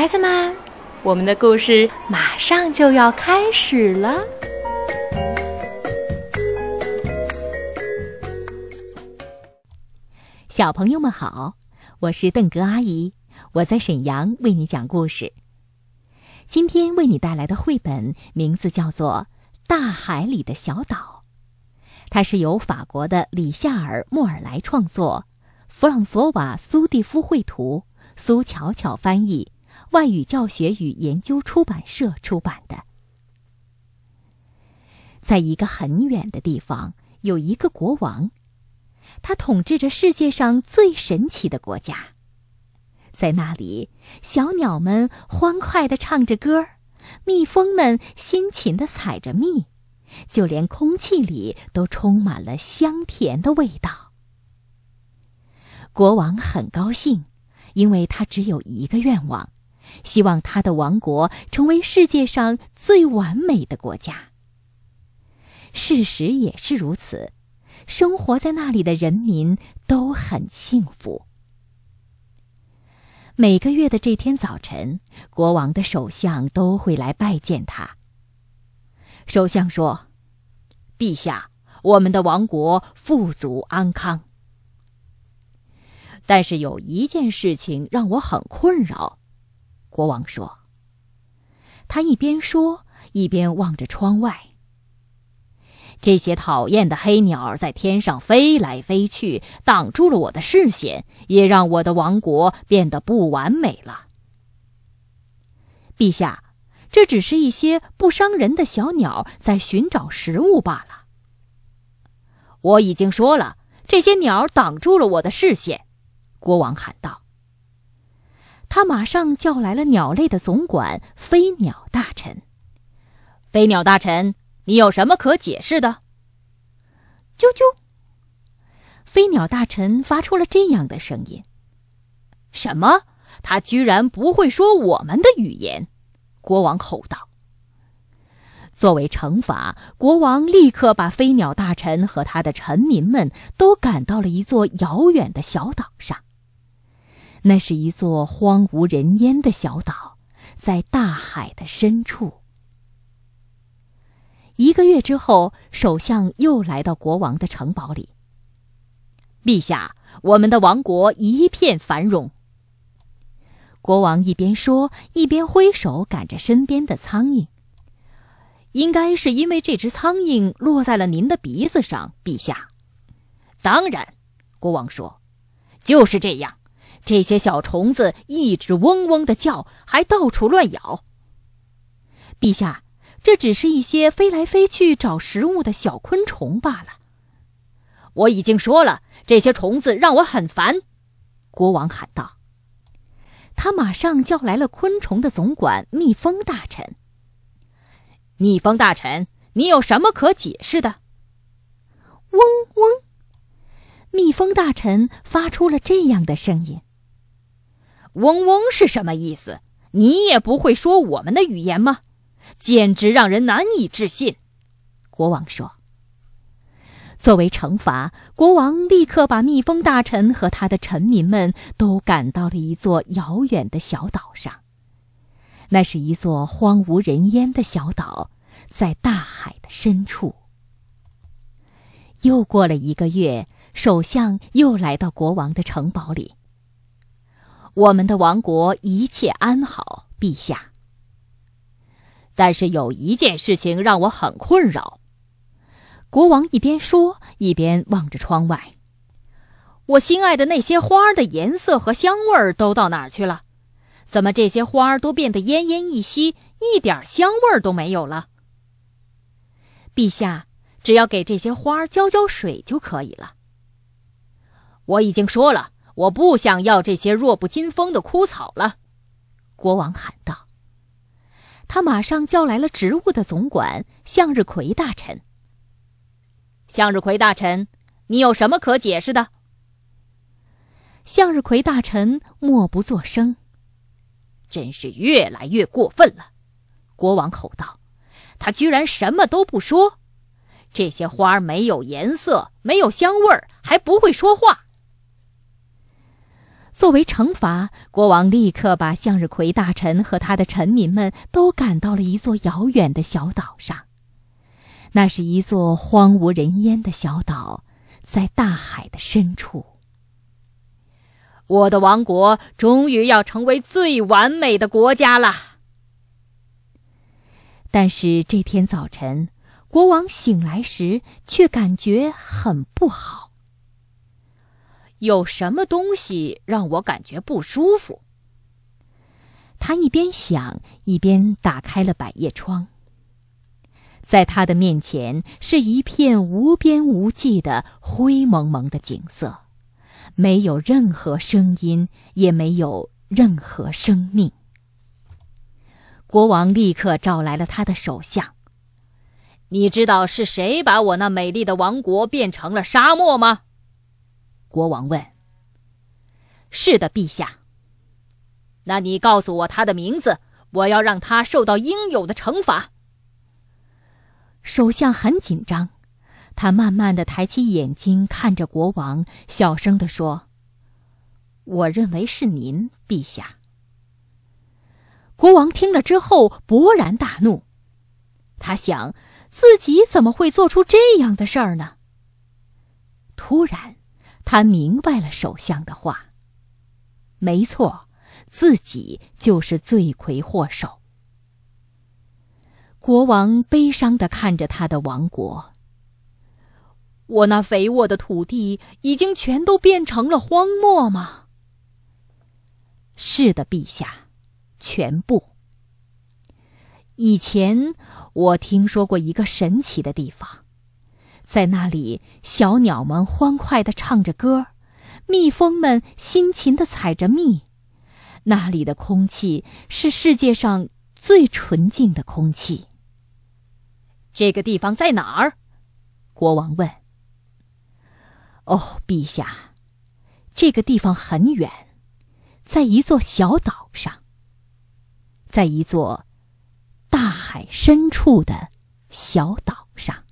孩子们，我们的故事马上就要开始了。 小朋友们好，我是邓格阿姨，我在沈阳为你讲故事。今天为你带来的绘本名字叫做《大海里的小岛》，它是由法国的里夏尔·莫尔莱创作，弗朗索瓦·苏蒂夫绘图，苏巧巧翻译，外语教学与研究出版社出版的。在一个很远的地方，有一个国王，他统治着世界上最神奇的国家。在那里，小鸟们欢快地唱着歌，蜜蜂们辛勤地采着蜜，就连空气里都充满了香甜的味道。国王很高兴，因为他只有一个愿望，希望他的王国成为世界上最完美的国家。事实也是如此，生活在那里的人民都很幸福。每个月的这天早晨，国王的首相都会来拜见他。首相说：“陛下，我们的王国富足安康。但是有一件事情让我很困扰。”国王说。他一边说，一边望着窗外。这些讨厌的黑鸟在天上飞来飞去，挡住了我的视线，也让我的王国变得不完美了。陛下，这只是一些不伤人的小鸟在寻找食物罢了。我已经说了，这些鸟挡住了我的视线，国王喊道。他马上叫来了鸟类的总管飞鸟大臣。飞鸟大臣，你有什么可解释的？啾啾！飞鸟大臣发出了这样的声音。什么？他居然不会说我们的语言！国王吼道。作为惩罚，国王立刻把飞鸟大臣和他的臣民们都赶到了一座遥远的小岛上。那是一座荒无人烟的小岛，在大海的深处。1个月之后，首相又来到国王的城堡里。陛下，我们的王国一片繁荣。国王一边说，一边挥手赶着身边的苍蝇。应该是因为这只苍蝇落在了您的鼻子上，陛下。当然，国王说，就是这样。这些小虫子一直嗡嗡地叫，还到处乱咬。陛下，这只是一些飞来飞去找食物的小昆虫罢了。我已经说了，这些虫子让我很烦，国王喊道。他马上叫来了昆虫的总管蜜蜂大臣。蜜蜂大臣，你有什么可解释的？嗡嗡！蜜蜂大臣发出了这样的声音。嗡嗡是什么意思？你也不会说我们的语言吗？简直让人难以置信，国王说。作为惩罚，国王立刻把蜜蜂大臣和他的臣民们都赶到了一座遥远的小岛上。那是一座荒无人烟的小岛，在大海的深处。又过了1个月，首相又来到国王的城堡里。我们的王国一切安好，陛下。但是有一件事情让我很困扰。国王一边说，一边望着窗外。我心爱的那些花的颜色和香味儿都到哪儿去了？怎么这些花都变得奄奄一息，一点香味儿都没有了？陛下，只要给这些花浇浇水就可以了。我已经说了，我不想要这些弱不禁风的枯草了，国王喊道。他马上叫来了植物的总管向日葵大臣。向日葵大臣，你有什么可解释的？向日葵大臣默不作声。真是越来越过分了，国王吼道。他居然什么都不说。这些花没有颜色，没有香味儿，还不会说话。 作为惩罚，国王立刻把向日葵大臣和他的臣民们都赶到了一座遥远的小岛上。那是一座荒无人烟的小岛，在大海的深处。我的王国终于要成为最完美的国家了。但是这天早晨，国王醒来时却感觉很不好。有什么东西让我感觉不舒服？他一边想，一边打开了百叶窗。在他的面前是一片无边无际的灰蒙蒙的景色，没有任何声音，也没有任何生命。国王立刻召来了他的首相。你知道是谁把我那美丽的王国变成了沙漠吗？国王问。是的，陛下。那你告诉我他的名字，我要让他受到应有的惩罚。首相很紧张，他慢慢地抬起眼睛看着国王，小声地说：我认为是您，陛下。国王听了之后勃然大怒，他想自己怎么会做出这样的事儿呢？突然他明白了首相的话，没错，自己就是罪魁祸首。国王悲伤地看着他的王国，我那肥沃的土地已经全都变成了荒漠吗？是的，陛下，全部。以前我听说过一个神奇的地方，在那里小鸟们欢快地唱着歌，蜜蜂们辛勤地采着蜜，那里的空气是世界上最纯净的空气。这个地方在哪儿？国王问。哦，陛下，这个地方很远，在一座小岛上，在一座大海深处的小岛上。